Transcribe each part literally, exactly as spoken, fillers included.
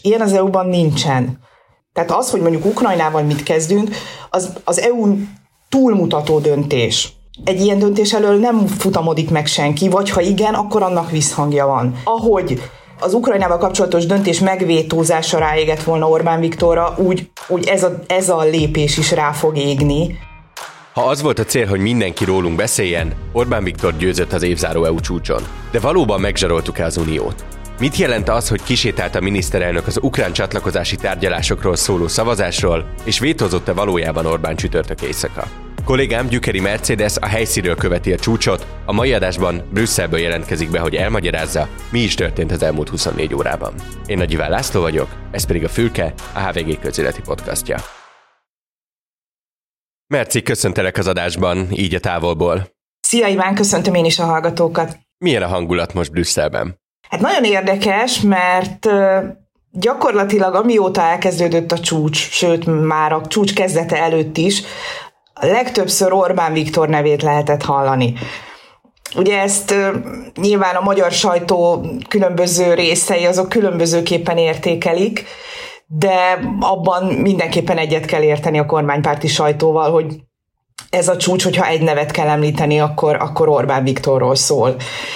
Ilyen az é u-ban nincsen. Tehát az, hogy mondjuk Ukrajnával mit kezdünk, az, az é u-n túlmutató döntés. Egy ilyen döntés elől nem futamodik meg senki, vagy ha igen, akkor annak visszhangja van. Ahogy az Ukrajnával kapcsolatos döntés megvétózása ráégett volna Orbán Viktorra, úgy, úgy ez, a, ez a lépés is rá fog égni. Ha az volt a cél, hogy mindenki rólunk beszéljen, Orbán Viktor győzött az évzáró é u csúcson. De valóban megzsaroltuk-e az uniót? Mit jelent az, hogy kisétált a miniszterelnök az ukrán csatlakozási tárgyalásokról szóló szavazásról, és vétózott-e valójában Orbán csütörtök éjszaka? Kollégám Gyükeri Mercedes a helyszínről követi a csúcsot, a mai adásban Brüsszelből jelentkezik be, hogy elmagyarázza, mi is történt az elmúlt huszonnégy órában. Én Nagy Iván László vagyok, ez pedig a Fülke, a há vé gé közéleti podcastja. Merci, köszöntelek az adásban, így a távolból. Szia Iván, köszöntöm én is a hallgatókat. Milyen a hangulat most Brüsszelben? Hát nagyon érdekes, mert gyakorlatilag amióta elkezdődött a csúcs, sőt már a csúcs kezdete előtt is, a legtöbbször Orbán Viktor nevét lehetett hallani. Ugye ezt nyilván a magyar sajtó különböző részei, azok különbözőképpen értékelik, de abban mindenképpen egyet kell érteni a kormánypárti sajtóval, hogy ez a csúcs, hogyha egy nevet kell említeni, akkor, akkor Orbán Viktorról szól.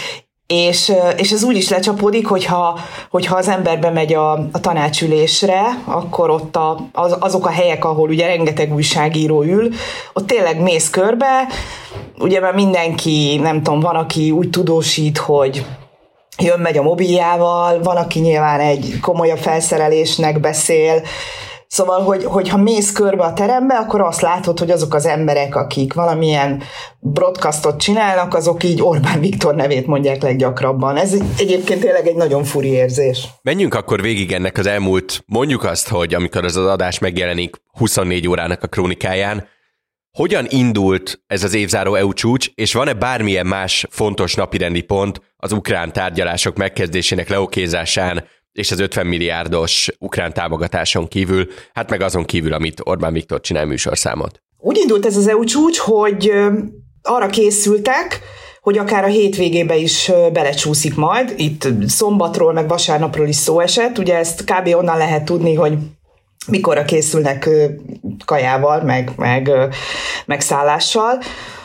És, és ez úgy is lecsapódik, hogyha, hogyha az ember bemegy a, a tanácsülésre, akkor ott a, az, azok a helyek, ahol ugye rengeteg újságíró ül, ott tényleg mész körbe, ugye már mindenki, nem tudom, van, aki úgy tudósít, hogy jön-megy a mobiljával, van, aki nyilván egy komolyabb felszerelésnek beszél, szóval, hogy, hogyha mész körbe a terembe, akkor azt látod, hogy azok az emberek, akik valamilyen broadcastot csinálnak, azok így Orbán Viktor nevét mondják leggyakrabban. Ez egyébként tényleg egy nagyon furi érzés. Menjünk akkor végig ennek az elmúlt, mondjuk azt, hogy amikor az az adás megjelenik huszonnégy órának a krónikáján, hogyan indult ez az évzáró é u csúcs, és van-e bármilyen más fontos napirendi pont az ukrán tárgyalások megkezdésének leokézásán, és az ötven milliárdos ukrán támogatáson kívül, hát meg azon kívül, amit Orbán Viktor csinál műsorszámot? Úgy indult ez az é u csúcs, hogy arra készültek, hogy akár a hétvégébe is belecsúszik majd. Itt szombatról, meg vasárnapról is szó esett. Ugye ezt kb. Onnan lehet tudni, hogy mikorra készülnek kajával, meg, meg, meg szállással.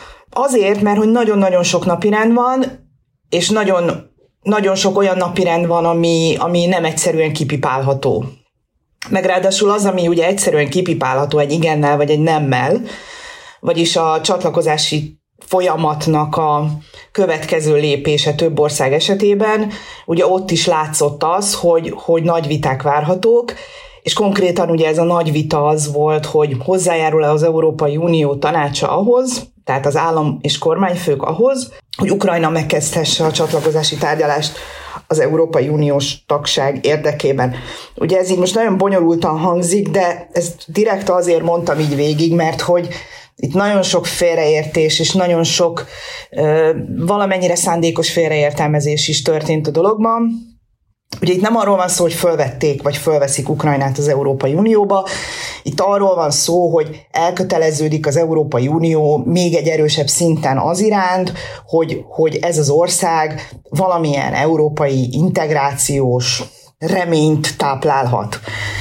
Azért, mert hogy nagyon-nagyon sok napirend van, és nagyon Nagyon sok olyan napirend van, ami, ami nem egyszerűen kipipálható. Meg ráadásul az, ami ugye egyszerűen kipipálható egy igennel vagy egy nemmel, vagyis a csatlakozási folyamatnak a következő lépése több ország esetében, ugye ott is látszott az, hogy, hogy nagy viták várhatók, és konkrétan ugye ez a nagy vita az volt, hogy hozzájárul-e az Európai Unió tanácsa ahhoz, tehát az állam és kormányfők ahhoz, hogy Ukrajna megkezdhesse a csatlakozási tárgyalást az Európai Uniós tagság érdekében. Ugye ez így most nagyon bonyolultan hangzik, de ezt direkt azért mondtam így végig, mert hogy itt nagyon sok félreértés és nagyon sok uh, valamennyire szándékos félreértelmezés is történt a dologban. Ugye itt nem arról van szó, hogy fölvették, vagy fölveszik Ukrajnát az Európai Unióba. Itt arról van szó, hogy elköteleződik az Európai Unió még egy erősebb szinten az iránt, hogy, hogy ez az ország valamilyen európai integrációs reményt táplálhat.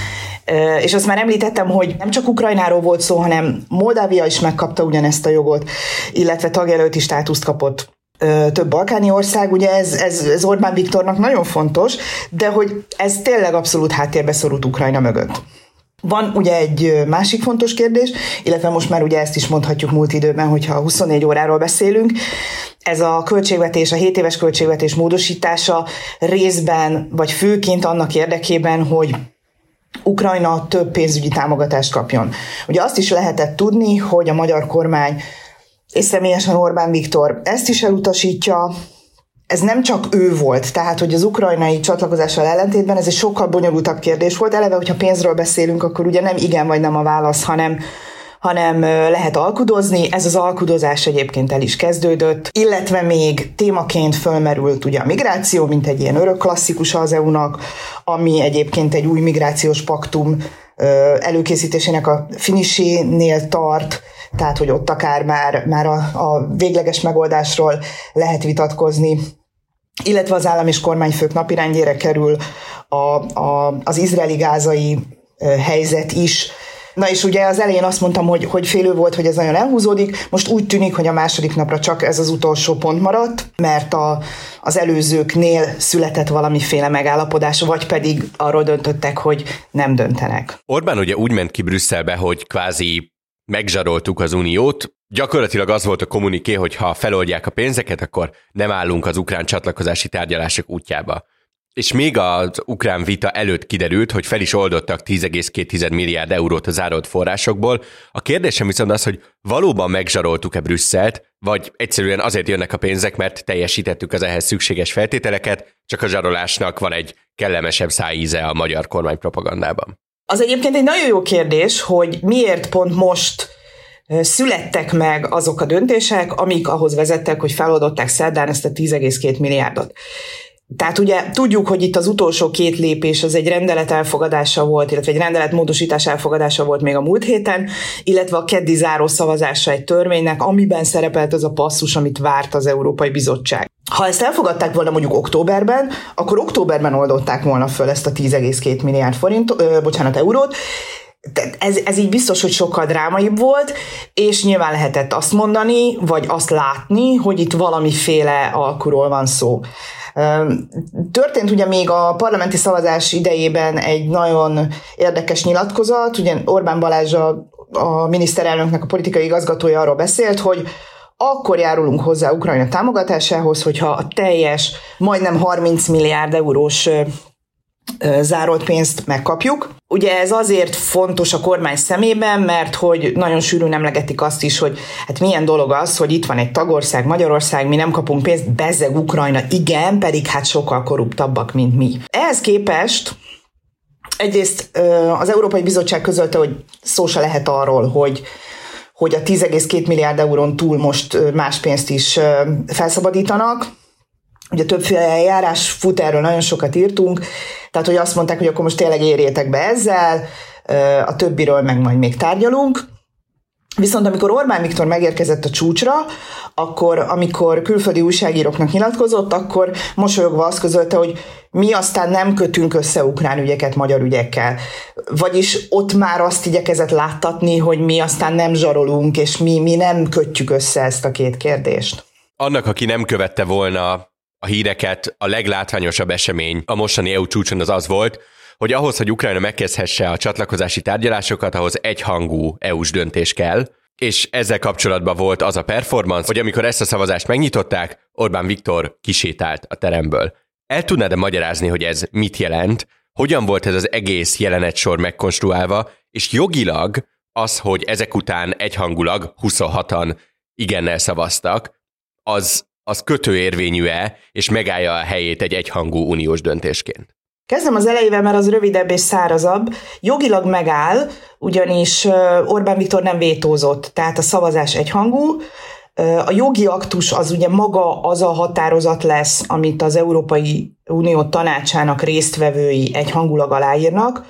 És azt már említettem, hogy nem csak Ukrajnáról volt szó, hanem Moldávia is megkapta ugyanezt a jogot, illetve tagjelölti státuszt kapott több balkáni ország, ugye ez, ez, ez Orbán Viktornak nagyon fontos, de hogy ez tényleg abszolút háttérbe szorult Ukrajna mögött. Van ugye egy másik fontos kérdés, illetve most már ugye ezt is mondhatjuk múlt időben, hogyha huszonnégy óráról beszélünk, ez a költségvetés, a hét éves költségvetés módosítása részben, vagy főként annak érdekében, hogy Ukrajna több pénzügyi támogatást kapjon. Ugye azt is lehetett tudni, hogy a magyar kormány és személyesen Orbán Viktor ezt is elutasítja. Ez nem csak ő volt, tehát hogy az ukrajnai csatlakozással ellentétben ez egy sokkal bonyolultabb kérdés volt. Eleve, hogyha pénzről beszélünk, akkor ugye nem igen vagy nem a válasz, hanem, hanem lehet alkudozni. Ez az alkudozás egyébként el is kezdődött, illetve még témaként fölmerült ugye a migráció, mint egy ilyen örök klasszikus az é u-nak, ami egyébként egy új migrációs paktum előkészítésének a finisénél tart, tehát hogy ott akár már, már a, a végleges megoldásról lehet vitatkozni. illetve az állam és kormányfők napirendjére kerül a, a, az izraeli-gázai helyzet is. Na és ugye az elején azt mondtam, hogy, hogy félő volt, hogy ez nagyon elhúzódik, most úgy tűnik, hogy a második napra csak ez az utolsó pont maradt, mert a, az előzőknél született valamiféle megállapodás, vagy pedig arról döntöttek, hogy nem döntenek. Orbán ugye úgy ment ki Brüsszelbe, hogy kvázi megzsaroltuk az uniót. Gyakorlatilag az volt a kommuniké, hogy ha feloldják a pénzeket, akkor nem állunk az ukrán csatlakozási tárgyalások útjába. És még az ukrán vita előtt kiderült, hogy fel is oldottak tíz egész két milliárd eurót a zárolt forrásokból. A kérdésem viszont az, hogy valóban megzsaroltuk-e Brüsszelt, vagy egyszerűen azért jönnek a pénzek, mert teljesítettük az ehhez szükséges feltételeket, csak a zsarolásnak van egy kellemesebb szájíze a magyar kormány propagandában. Az egyébként egy nagyon jó kérdés, hogy miért pont most születtek meg azok a döntések, amik ahhoz vezettek, hogy feloldották szerdán ezt a tíz egész két milliárdot. Tehát ugye tudjuk, hogy itt az utolsó két lépés az egy rendelet elfogadása volt, illetve egy rendelet módosítás elfogadása volt még a múlt héten, illetve a keddi záró szavazása egy törvénynek, amiben szerepelt az a passzus, amit várt az Európai Bizottság. Ha ezt elfogadták volna mondjuk októberben, akkor októberben oldották volna föl ezt a tíz egész két milliárd forint, ö, bocsánat, eurót. Ez, ez így biztos, hogy sokkal drámaibb volt, és nyilván lehetett azt mondani, vagy azt látni, hogy itt valamiféle alkuról van szó. Történt ugye még a parlamenti szavazás idejében egy nagyon érdekes nyilatkozat, ugye Orbán Balázs a, a miniszterelnöknek a politikai igazgatója arról beszélt, hogy akkor járulunk hozzá Ukrajna támogatásához, hogyha a teljes, majdnem harminc milliárd eurós zárolt pénzt megkapjuk. Ugye ez azért fontos a kormány szemében, mert hogy nagyon sűrűn emlegetik azt is, hogy hát milyen dolog az, hogy itt van egy tagország, Magyarország, mi nem kapunk pénzt, bezzeg Ukrajna, igen, pedig hát sokkal korruptabbak, mint mi. Ehhez képest egyrészt az Európai Bizottság közölte, hogy szó se lehet arról, hogy hogy a tíz egész két milliárd eurón túl most más pénzt is felszabadítanak. Ugye többféle eljárás fut, erről nagyon sokat írtunk, tehát hogy azt mondták, hogy akkor most tényleg érjétek be ezzel, a többiről meg majd még tárgyalunk. Viszont amikor Orbán Viktor megérkezett a csúcsra, akkor amikor külföldi újságíróknak nyilatkozott, akkor mosolyogva azt közölte, hogy mi aztán nem kötünk össze ukrán ügyeket magyar ügyekkel. Vagyis ott már azt igyekezett láttatni, hogy mi aztán nem zsarolunk, és mi, mi nem kötjük össze ezt a két kérdést. Annak, aki nem követte volna a híreket, a leglátványosabb esemény a mostani é u csúcson az az volt, hogy ahhoz, hogy Ukrajna megkezdhesse a csatlakozási tárgyalásokat, ahhoz egyhangú é u-s döntés kell, és ezzel kapcsolatban volt az a performance, hogy amikor ezt a szavazást megnyitották, Orbán Viktor kisétált a teremből. El tudnád-e magyarázni, hogy ez mit jelent, hogyan volt ez az egész jelenetsor megkonstruálva, és jogilag az, hogy ezek után egyhangulag huszonhatan igennel szavaztak, az, az kötőérvényű-e, és megállja a helyét egy egyhangú uniós döntésként? Kezdem az elejével, mert az rövidebb és szárazabb. Jogilag megáll, ugyanis Orbán Viktor nem vétózott, tehát a szavazás egyhangú. A jogi aktus az ugye maga az a határozat lesz, amit az Európai Unió tanácsának résztvevői egyhangulag aláírnak,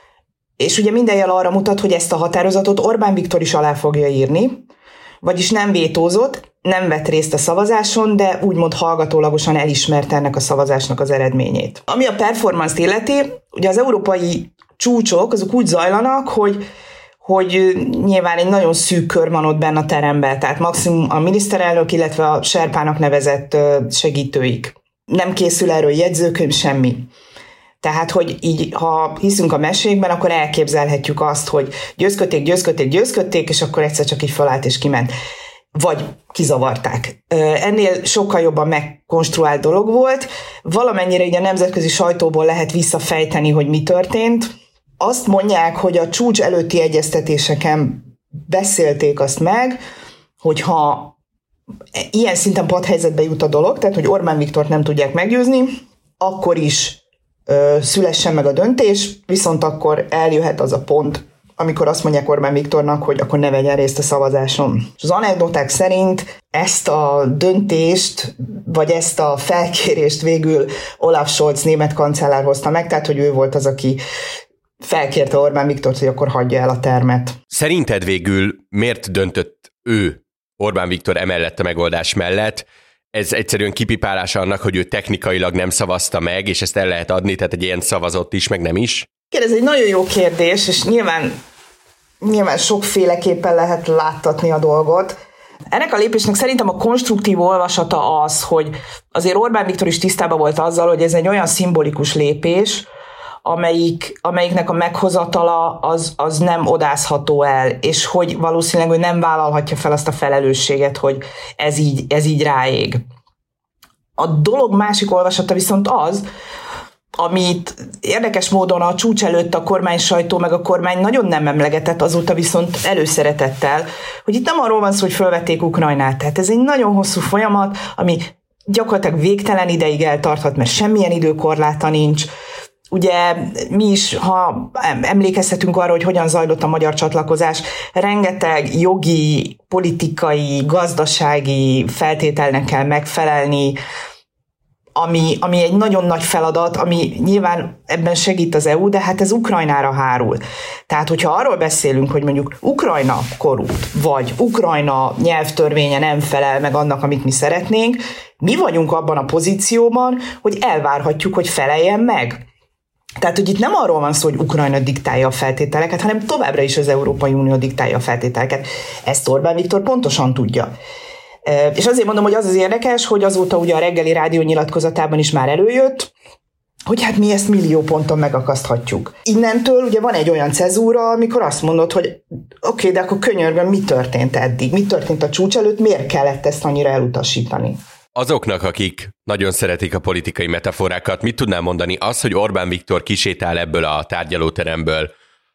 és ugye minden jel arra mutat, hogy ezt a határozatot Orbán Viktor is alá fogja írni, vagyis nem vétózott, nem vett részt a szavazáson, de úgymond hallgatólagosan elismerte ennek a szavazásnak az eredményét. Ami a performance-t illeti, ugye az európai csúcsok azok úgy zajlanak, hogy, hogy nyilván egy nagyon szűk kör van ott benne a teremben, tehát maximum a miniszterelnök, illetve a serpának nevezett segítőik. Nem készül erről jegyzőkönyv, semmi. Tehát, hogy így, ha hiszünk a mesékben, akkor elképzelhetjük azt, hogy győzködték, győzködték, győzködték, és akkor egyszer csak így felállt és kiment. Vagy kizavarták. Ennél sokkal jobban megkonstruált dolog volt. Valamennyire így a nemzetközi sajtóból lehet visszafejteni, hogy mi történt. Azt mondják, hogy a csúcs előtti egyeztetéseken beszélték azt meg, hogyha ilyen szinten padhelyzetbe jut a dolog, tehát hogy Orbán Viktort nem tudják meggyőzni, akkor is ö, szülessen meg a döntés, viszont akkor eljöhet az a pont, amikor azt mondják Orbán Viktornak, hogy akkor ne vegyen részt a szavazáson. És az anekdoták szerint ezt a döntést, vagy ezt a felkérést végül Olaf Scholz német kancellár hozta meg, tehát hogy ő volt az, aki felkérte Orbán Viktort, hogy akkor hagyja el a termet. Szerinted végül miért döntött ő, Orbán Viktor emellett a megoldás mellett? ez egyszerűen kipipálása annak, hogy ő technikailag nem szavazta meg, és ezt el lehet adni, tehát egy ilyen szavazott is, meg nem is? Ez egy nagyon jó kérdés, és nyilván, nyilván sokféleképpen lehet láttatni a dolgot. Ennek a lépésnek szerintem a konstruktív olvasata az, hogy azért Orbán Viktor is tisztában volt azzal, hogy ez egy olyan szimbolikus lépés, amelyik, amelyiknek a meghozatala az, az nem odázható el, és hogy valószínűleg ő nem vállalhatja fel azt a felelősséget, hogy ez így, ez így ráég. A dolog másik olvasata viszont az, amit érdekes módon a csúcs előtt a kormány sajtó meg a kormány nagyon nem emlegetett, azóta viszont előszeretettel, hogy itt nem arról van szó, hogy fölvették Ukrajnát. Tehát ez egy nagyon hosszú folyamat, ami gyakorlatilag végtelen ideig eltarthat, mert semmilyen időkorláta nincs. Ugye mi is, ha emlékezhetünk arra, hogy hogyan zajlott a magyar csatlakozás, rengeteg jogi, politikai, gazdasági feltételnek kell megfelelni, Ami, ami egy nagyon nagy feladat, ami nyilván ebben segít az é u, de hát ez Ukrajnára hárul. Tehát, hogyha arról beszélünk, hogy mondjuk Ukrajna korrupt, vagy Ukrajna nyelvtörvénye nem felel meg annak, amit mi szeretnénk, mi vagyunk abban a pozícióban, hogy elvárhatjuk, hogy feleljen meg. Tehát, hogy itt nem arról van szó, hogy Ukrajna diktálja a feltételeket, hanem továbbra is az Európai Unió diktálja a feltételeket. Ezt Orbán Viktor pontosan tudja. És azért mondom, hogy az az érdekes, hogy azóta ugye a reggeli rádió nyilatkozatában is már előjött, hogy hát mi ezt millió ponton megakaszthatjuk. Innentől ugye van egy olyan cezúra, amikor azt mondod, hogy oké, okay, de akkor könyörgöm, mi történt eddig? Mi történt a csúcs előtt? Miért kellett ezt annyira elutasítani? Azoknak, akik nagyon szeretik a politikai metaforákat, mit tudnál mondani? Az, hogy Orbán Viktor kisétál ebből a tárgyalóteremből,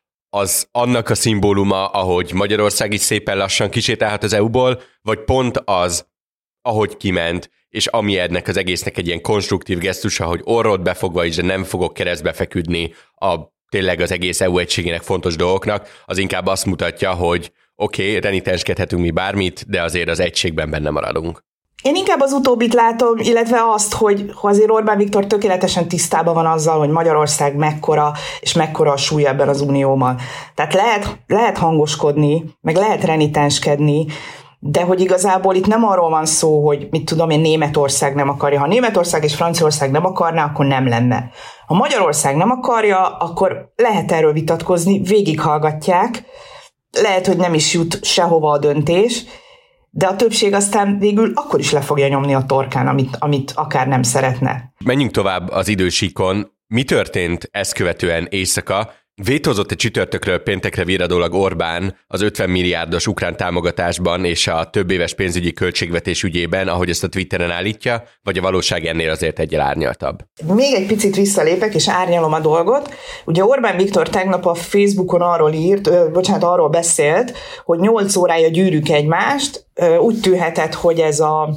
az annak a szimbóluma, ahogy Magyarország is szépen lassan kisétálhat az é u-ból, vagy pont az, ahogy kiment, és ami ennek az egésznek egy ilyen konstruktív gesztusa, hogy orrod befogva is, de nem fogok keresztbe feküdni a tényleg az egész é u egységének fontos dolgoknak, az inkább azt mutatja, hogy oké, okay, renitenskedhetünk mi bármit, de azért az egységben benne maradunk. Én inkább az utóbbit látom, illetve azt, hogy azért Orbán Viktor tökéletesen tisztában van azzal, hogy Magyarország mekkora, és mekkora a súly ebben az unióban. Tehát lehet, lehet hangoskodni, meg lehet renitenskedni, de hogy igazából itt nem arról van szó, hogy mit tudom én, Németország nem akarja. Ha Németország és Franciaország nem akarná, akkor nem lenne. Ha Magyarország nem akarja, akkor lehet erről vitatkozni, végighallgatják, lehet, hogy nem is jut sehova a döntés, de a többség aztán végül akkor is le fogja nyomni a torkán, amit, amit akár nem szeretne. Menjünk tovább az idősíkon. Mi történt ezt követően éjszaka? Vétózott egy csütörtökről péntekre virradólag Orbán az ötven milliárdos ukrán támogatásban és a több éves pénzügyi költségvetés ügyében, ahogy ezt a Twitteren állítja, vagy a valóság ennél azért egyel árnyaltabb? Még egy picit visszalépek, és árnyalom a dolgot. Ugye Orbán Viktor tegnap a Facebookon arról írt, ö, bocsánat, arról beszélt, hogy nyolc órája gyűrjük egymást. Ö, úgy tűnhetett, hogy ez a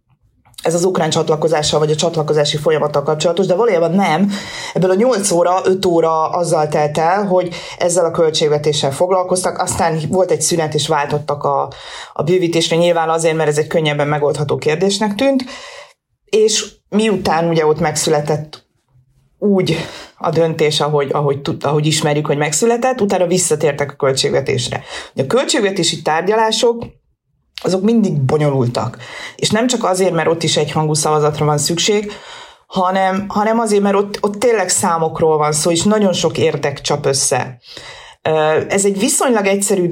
ez az ukrán csatlakozással, vagy a csatlakozási folyamattal kapcsolatos, de valójában nem. Ebből a nyolc óra, öt óra azzal telt el, hogy ezzel a költségvetéssel foglalkoztak, aztán volt egy szünet, és váltottak a, a bővítésre, nyilván azért, mert ez egy könnyebben megoldható kérdésnek tűnt, és miután ugye ott megszületett úgy a döntés, ahogy, ahogy, ahogy ismerjük, hogy megszületett, utána visszatértek a költségvetésre. A költségvetési tárgyalások azok mindig bonyolultak. És nem csak azért, mert ott is egyhangú szavazatra van szükség, hanem, hanem azért, mert ott, ott tényleg számokról van szó, és nagyon sok érdek csap össze. Ez egy viszonylag egyszerű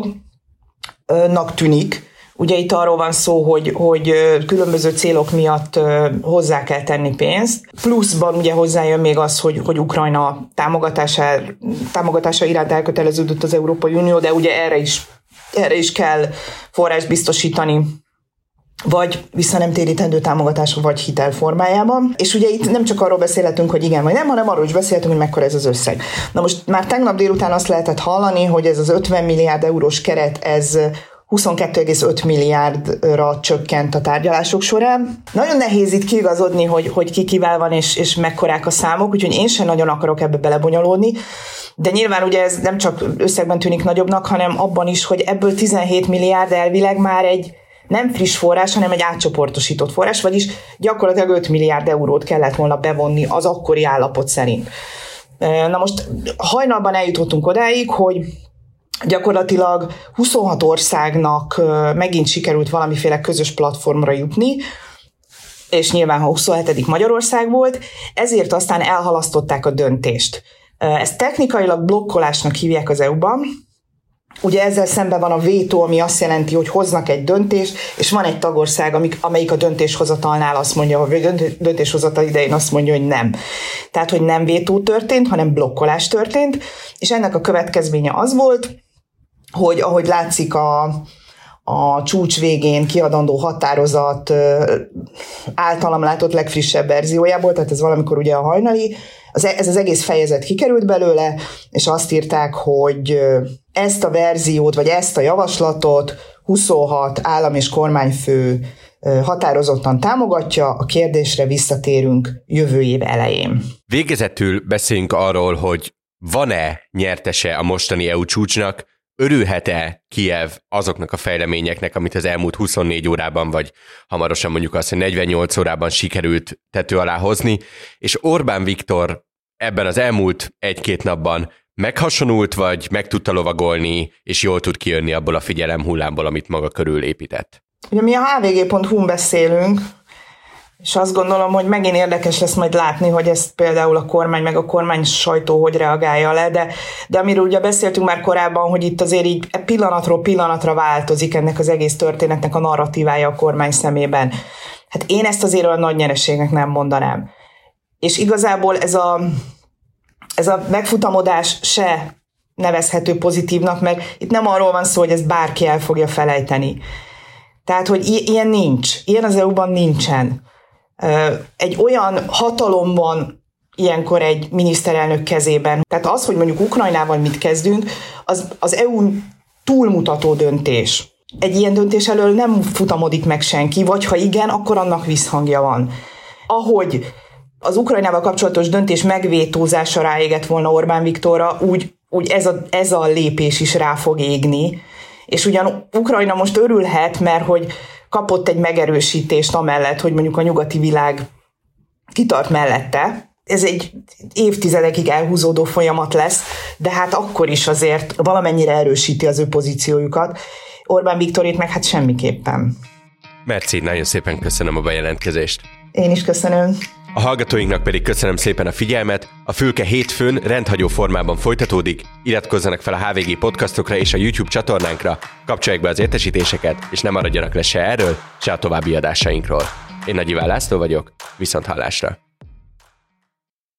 dolognak tűnik. Ugye itt arról van szó, hogy, hogy különböző célok miatt hozzá kell tenni pénzt. Pluszban ugye hozzájön még az, hogy, hogy Ukrajna támogatása, támogatása iránt elköteleződött az Európai Unió, de ugye erre is erre is kell forrást biztosítani, vagy visszanemtérítendő támogatás, vagy hitel formájában. És ugye itt nem csak arról beszélhetünk, hogy igen vagy nem, hanem arról is beszélhetünk, hogy mekkora ez az összeg. Na most már tegnap délután azt lehetett hallani, hogy ez az ötven milliárd eurós keret, ez huszonkettő egész öt milliárdra csökkent a tárgyalások során. Nagyon nehéz itt kiigazodni, hogy, hogy ki kivel van, és, és mekkorák a számok, úgyhogy én sem nagyon akarok ebbe belebonyolódni. De nyilván ugye ez nem csak összegben tűnik nagyobbnak, hanem abban is, hogy ebből tizenhét milliárd elvileg már egy nem friss forrás, hanem egy átcsoportosított forrás, vagyis gyakorlatilag öt milliárd eurót kellett volna bevonni az akkori állapot szerint. Na most hajnalban eljutottunk odáig, hogy gyakorlatilag huszonhat országnak megint sikerült valamiféle közös platformra jutni, és nyilván ha huszonhetedik Magyarország volt, ezért aztán elhalasztották a döntést. Ezt technikailag blokkolásnak hívják az é u-ban. Ugye ezzel szemben van a vétó, ami azt jelenti, hogy hoznak egy döntést, és van egy tagország, amelyik a döntéshozatalnál azt mondja, hogy a döntéshozatal idején azt mondja, hogy nem. Tehát, hogy nem vétó történt, hanem blokkolás történt, és ennek a következménye az volt, hogy ahogy látszik a, a csúcs végén kiadandó határozat általam látott legfrissebb verziójából, tehát ez valamikor ugye a hajnali, ez az egész fejezet kikerült belőle, és azt írták, hogy ezt a verziót, vagy ezt a javaslatot huszonhat állam és kormányfő határozottan támogatja, a kérdésre visszatérünk jövő év elején. Végezetül beszéljünk arról, hogy van-e nyertese a mostani é u csúcsnak, örülhet-e Kijev azoknak a fejleményeknek, amit az elmúlt huszonnégy órában, vagy hamarosan mondjuk azt, hogy negyvennyolc órában sikerült tető alá hozni, és Orbán Viktor ebben az elmúlt egy-két napban meghasonult, vagy meg tudta lovagolni, és jól tud kijönni abból a figyelem hullámból, amit maga körül épített? Ugye mi a há vé gé pont hu-n beszélünk, és azt gondolom, hogy megint érdekes lesz majd látni, hogy ezt például a kormány, meg a kormány sajtó hogy reagálja le, de, de amiről ugye beszéltünk már korábban, hogy itt azért így pillanatról pillanatra változik ennek az egész történetnek a narratívája a kormány szemében. Hát én ezt azért olyan nagy nyereségnek nem mondanám. És igazából ez a, ez a megfutamodás se nevezhető pozitívnak, mert itt nem arról van szó, hogy ezt bárki el fogja felejteni. Tehát, hogy i- ilyen nincs. Ilyen az é u-ban nincsen. Egy olyan hatalom van ilyenkor egy miniszterelnök kezében. Tehát az, hogy mondjuk Ukrajnával mit kezdünk, az, az é u-n túlmutató döntés. Egy ilyen döntés elől nem futamodik meg senki, vagy ha igen, akkor annak visszhangja van. Ahogy az Ukrajnával kapcsolatos döntés megvétózása ráégett volna Orbán Viktorra, úgy, úgy ez, a, ez a lépés is rá fog égni. És ugyan Ukrajna most örülhet, mert hogy kapott egy megerősítést amellett, hogy mondjuk a nyugati világ kitart mellette. Ez egy évtizedekig elhúzódó folyamat lesz, de hát akkor is azért valamennyire erősíti az ő pozíciójukat. Orbán Viktorét meg hát semmiképpen. Merci, nagyon szépen köszönöm a bejelentkezést. Én is köszönöm. A hallgatóinknak pedig köszönöm szépen a figyelmet. A Fülke hétfőn rendhagyó formában folytatódik. Iratkozzanak fel a há vé gé podcastokra és a YouTube csatornánkra, kapcsolják be az értesítéseket, és ne maradjanak le se erről, se a további adásainkról. Én Nagy Iván László vagyok, viszont hallásra.